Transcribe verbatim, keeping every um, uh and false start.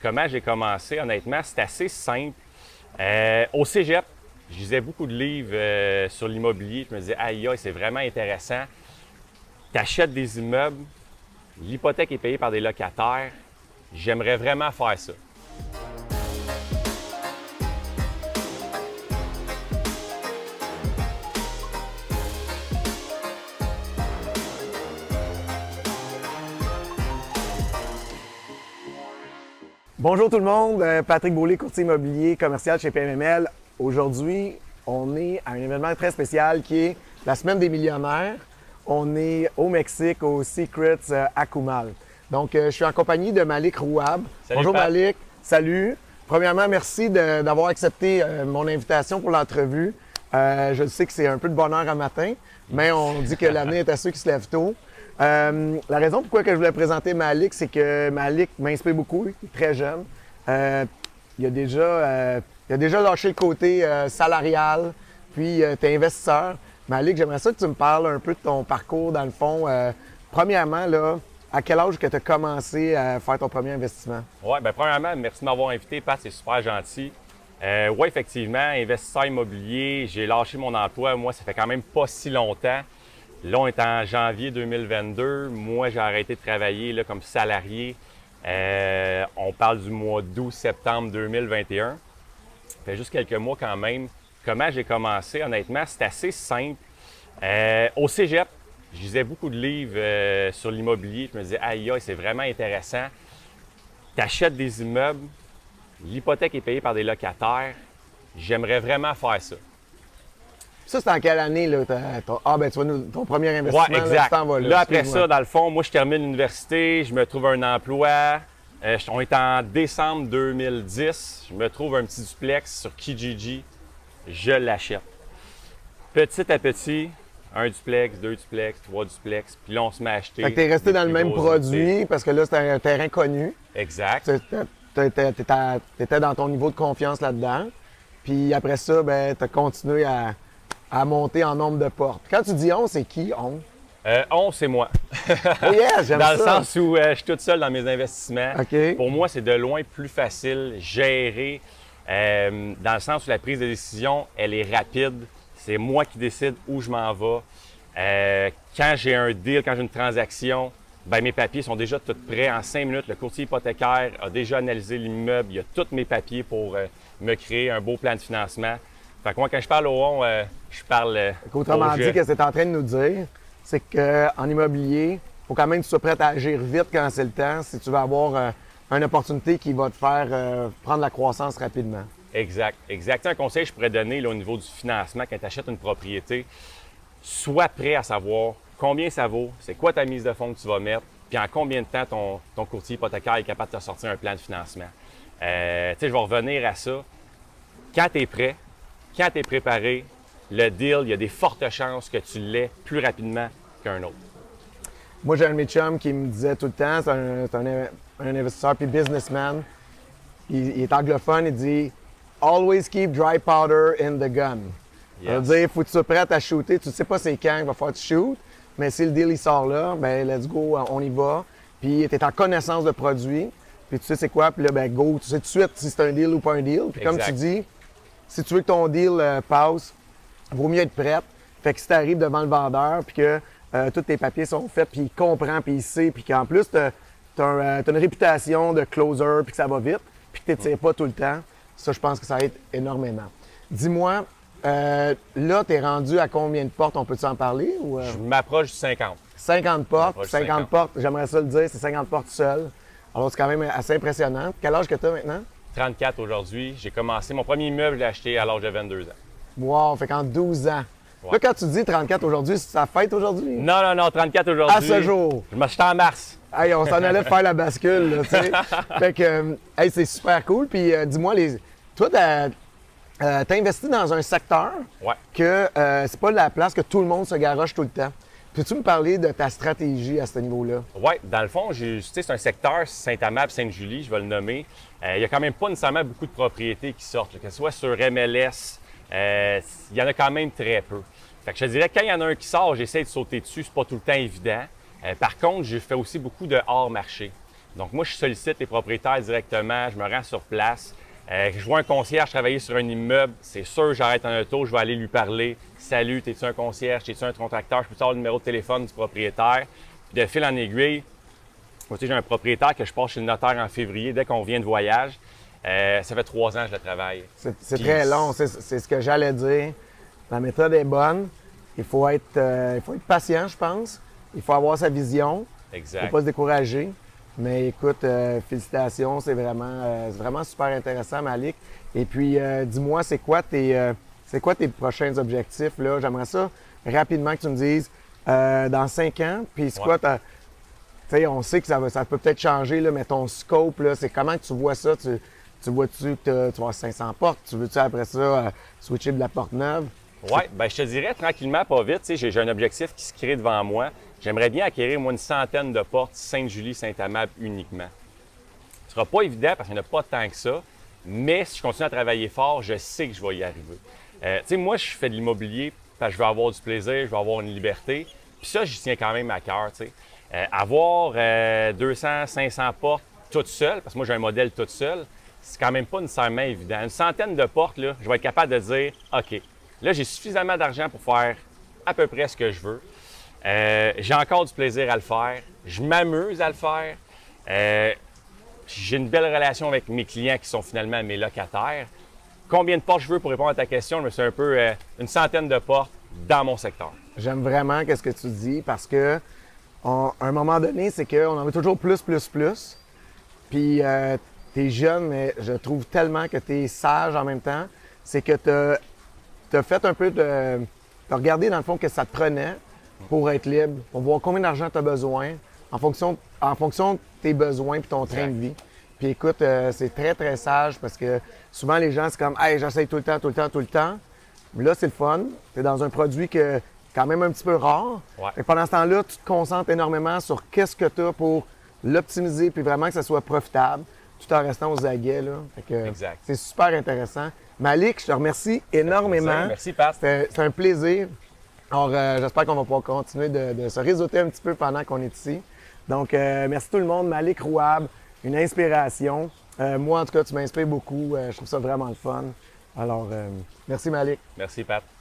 comment j'ai commencé, honnêtement, c'est assez simple. Euh, au cégep, je lisais beaucoup de livres euh, sur l'immobilier. Je me disais, aïe, aïe, c'est vraiment intéressant. Tu achètes des immeubles, l'hypothèque est payée par des locataires. J'aimerais vraiment faire ça. Bonjour tout le monde, euh, Patrick Beaulieu, courtier immobilier commercial chez P M M L. Aujourd'hui, on est à un événement très spécial qui est la Semaine des millionnaires. On est au Mexique, au Secrets euh, Akumal. Donc, euh, je suis en compagnie de Malik Rouab. Salut, Bonjour Pat. Malik, salut. Premièrement, merci de- d'avoir accepté euh, mon invitation pour l'entrevue. Euh, je sais que c'est un peu de bonheur à matin, mais on dit que l'avenir est à ceux qui se lèvent tôt. Euh, la raison pourquoi que je voulais présenter Malik, c'est que Malik m'inspire beaucoup. Il est très jeune. Euh, il, a déjà, euh, il a déjà lâché le côté euh, salarial, puis euh, tu es investisseur. Malik, j'aimerais ça que tu me parles un peu de ton parcours dans le fond. Euh, premièrement, là, à quel âge que tu as commencé à faire ton premier investissement? Oui, bien, premièrement, merci de m'avoir invité, Pat, c'est super gentil. Euh, oui, effectivement, investisseur immobilier, j'ai lâché mon emploi. Moi, ça fait quand même pas si longtemps. Là, on est en janvier deux mille vingt-deux. Moi, j'ai arrêté de travailler là, comme salarié. Euh, on parle du mois d'août septembre deux mille vingt et un. Ça fait juste quelques mois quand même. Comment j'ai commencé, honnêtement, c'est assez simple. Euh, au cégep, je lisais beaucoup de livres euh, sur l'immobilier. Je me disais, aïe, aïe, c'est vraiment intéressant. Tu achètes des immeubles, l'hypothèque est payée par des locataires. J'aimerais vraiment faire ça. Ça, c'est en quelle année? Là, t'as- t'as- ah, ben tu vois, nous, ton premier Oui, investissement, exact. là, tu t'en vas là. Là, après Excuse-moi. ça, dans le fond, moi, je termine l'université, je me trouve un emploi. Euh, on est en décembre deux mille dix. Je me trouve un petit duplex sur Kijiji. Je l'achète. Petit à petit, un duplex, deux duplex, trois duplex. Puis là, on se met à acheter. Fait que t'es resté des dans le plus même grosses produit unités. parce que là, c'était un terrain connu. Exact. Tu étais dans ton niveau de confiance là-dedans. Puis après ça, ben, tu as continué à, à monter en nombre de portes. Quand tu dis on, c'est qui on? Euh, on, c'est moi. Oh yeah, j'aime Dans ça. le sens où euh, je suis tout seul dans mes investissements. OK. Pour moi, c'est de loin plus facile, gérer, euh, dans le sens où la prise de décision, elle est rapide. C'est moi qui décide où je m'en vais. Euh, quand j'ai un deal, quand j'ai une transaction, ben, mes papiers sont déjà tous prêts. En cinq minutes, le courtier hypothécaire a déjà analysé l'immeuble. Il y a tous mes papiers pour euh, me créer un beau plan de financement. Fait que moi, quand je parle au on, euh, je parle euh, Autrement au dit, je. ce que c'est en train de nous dire, c'est qu'en immobilier, il faut quand même que tu sois prêt à agir vite quand c'est le temps si tu veux avoir euh, une opportunité qui va te faire euh, prendre la croissance rapidement. Exact, exact. Un conseil que je pourrais donner là, au niveau du financement quand tu achètes une propriété, sois prêt à savoir combien ça vaut, c'est quoi ta mise de fonds que tu vas mettre, puis en combien de temps ton, ton courtier hypothécaire est capable de te sortir un plan de financement. Euh, tu sais, je vais revenir à ça. Quand tu es prêt, quand tu es préparé, le deal, il y a des fortes chances que tu l'aies plus rapidement qu'un autre. Moi, j'ai un de mes chums qui me disait tout le temps, c'est un, c'est un- un investisseur puis businessman. Il, il est anglophone, il dit « Always keep dry powder in the gun ». Ça veut Yes. dire, faut que tu sois prêt à shooter. Tu ne sais pas c'est quand il va falloir que tu shootes, mais si le deal il sort là, ben let's go, on y va. Puis tu es en connaissance de produit, puis tu sais c'est quoi, puis là, ben go, tu sais tout de suite si c'est un deal ou pas un deal. Puis comme Exact. tu dis, si tu veux que ton deal euh, passe, vaut mieux être prête. Fait que si tu arrives devant le vendeur, puis que euh, tous tes papiers sont faits, puis il comprend, puis il sait, puis qu'en plus, tu as, une réputation de closer, puis que ça va vite, puis que tu n'étires pas tout le temps, ça, je pense que ça aide énormément. Dis-moi, euh, là, tu es rendu à combien de portes? On peut-tu en parler? Ou, euh? Je m'approche du cinquante. cinquante portes. m'approche du cinquante cinquante. portes, j'aimerais ça le dire, c'est cinquante portes seul. Alors, c'est quand même assez impressionnant. Quel âge que tu as maintenant? trente-quatre aujourd'hui. J'ai commencé, mon premier immeuble, je l'ai acheté à l'âge de vingt-deux ans. Wow, fait qu'en douze ans. Ouais. Là, quand tu dis trente-quatre aujourd'hui, c'est ta fête aujourd'hui? Non, non, non, trente-quatre aujourd'hui. À ce jour. Je m'achète en mars. Hey, on s'en allait faire la bascule, là, tu sais. Fait que, euh, hey, c'est super cool. Puis, euh, dis-moi, les... toi, t'as euh, t'as investi dans un secteur Ouais. que euh, c'est pas la place que tout le monde se garoche tout le temps. Peux-tu me parler de ta stratégie à ce niveau-là? Oui, dans le fond, j'ai- tu sais, c'est un secteur Saint-Amable, Sainte-Julie, je vais le nommer. Euh, il n'y a quand même pas nécessairement beaucoup de propriétés qui sortent, là, que ce soit sur M L S, euh, il y en a quand même très peu. Fait que je te dirais, quand il y en a un qui sort, j'essaie de sauter dessus, c'est pas tout le temps évident. Euh, par contre, j'ai fait aussi beaucoup de hors-marché. Donc, moi, je sollicite les propriétaires directement, je me rends sur place. Euh, je vois un concierge travailler sur un immeuble, c'est sûr, j'arrête en auto, je vais aller lui parler. Salut, t'es-tu un concierge, t'es-tu un contracteur, je peux avoir le numéro de téléphone du propriétaire. Puis de fil en aiguille, moi, j'ai un propriétaire que je passe chez le notaire en février, dès qu'on vient de voyage. Euh, ça fait trois ans que je le travaille. C'est très long, c'est ce que j'allais dire. La méthode est bonne. Il faut être, euh, il faut être patient, je pense. Il faut avoir sa vision. Exact. Il ne faut pas se décourager. Mais écoute, euh, félicitations, c'est vraiment, euh, vraiment super intéressant, Malik. Et puis, euh, dis-moi, c'est quoi tes, euh, c'est quoi tes prochains objectifs, là? J'aimerais ça rapidement que tu me dises euh, dans cinq ans, puis c'est quoi ta... Tu sais, on sait que ça, va, ça peut peut-être changer, là, mais ton scope, là, c'est comment que tu vois ça? Tu, tu vois-tu que tu vas avoir cinq cents portes? Tu veux-tu après ça euh, switcher de la porte neuve? Oui, bien, je te dirais tranquillement, pas vite. J'ai un objectif qui se crée devant moi. J'aimerais bien acquérir, moi, une centaine de portes Sainte-Julie-Saint-Amable uniquement. Ce ne sera pas évident parce qu'il n'y en a pas tant que ça, mais si je continue à travailler fort, je sais que je vais y arriver. Euh, tu sais, moi, je fais de l'immobilier parce que je veux avoir du plaisir, je veux avoir une liberté. Puis ça, j'y tiens quand même à cœur, tu sais. Euh, avoir euh, deux cents, cinq cents portes toutes seules, parce que moi, j'ai un modèle toute seule, c'est quand même pas nécessairement évident. Une centaine de portes, là, je vais être capable de dire, OK, là, j'ai suffisamment d'argent pour faire à peu près ce que je veux. Euh, j'ai encore du plaisir à le faire. Je m'amuse à le faire. Euh, j'ai une belle relation avec mes clients qui sont finalement mes locataires. Combien de portes je veux pour répondre à ta question? Je me suis un peu euh, une centaine de portes dans mon secteur. J'aime vraiment ce que tu dis parce que on, à un moment donné, c'est qu'on en veut toujours plus, plus, plus. Puis euh, tu es jeune, mais je trouve tellement que tu es sage en même temps. C'est que tu Tu as fait un peu de. Tu as regardé dans le fond que ça te prenait pour être libre, pour voir combien d'argent tu as besoin en fonction, en fonction de tes besoins et ton train de vie. Puis écoute, euh, c'est très, très sage parce que souvent les gens, c'est comme hey, j'essaye tout le temps, tout le temps, tout le temps. Mais là, c'est le fun. Tu es dans un produit qui est quand même un petit peu rare. Ouais. Et pendant ce temps-là, tu te concentres énormément sur qu'est-ce que tu as pour l'optimiser puis vraiment que ça soit profitable tout en restant aux aguets. Là. Fait que, exact. C'est super intéressant. Malik, je te remercie énormément. Merci, Pat. C'était un plaisir. Alors, euh, j'espère qu'on va pouvoir continuer de, de se réseauter un petit peu pendant qu'on est ici. Donc, euh, merci tout le monde. Malik Rouab, une inspiration. Euh, moi, en tout cas, tu m'inspires beaucoup. Euh, je trouve ça vraiment le fun. Alors, euh, merci Malik. Merci, Pat.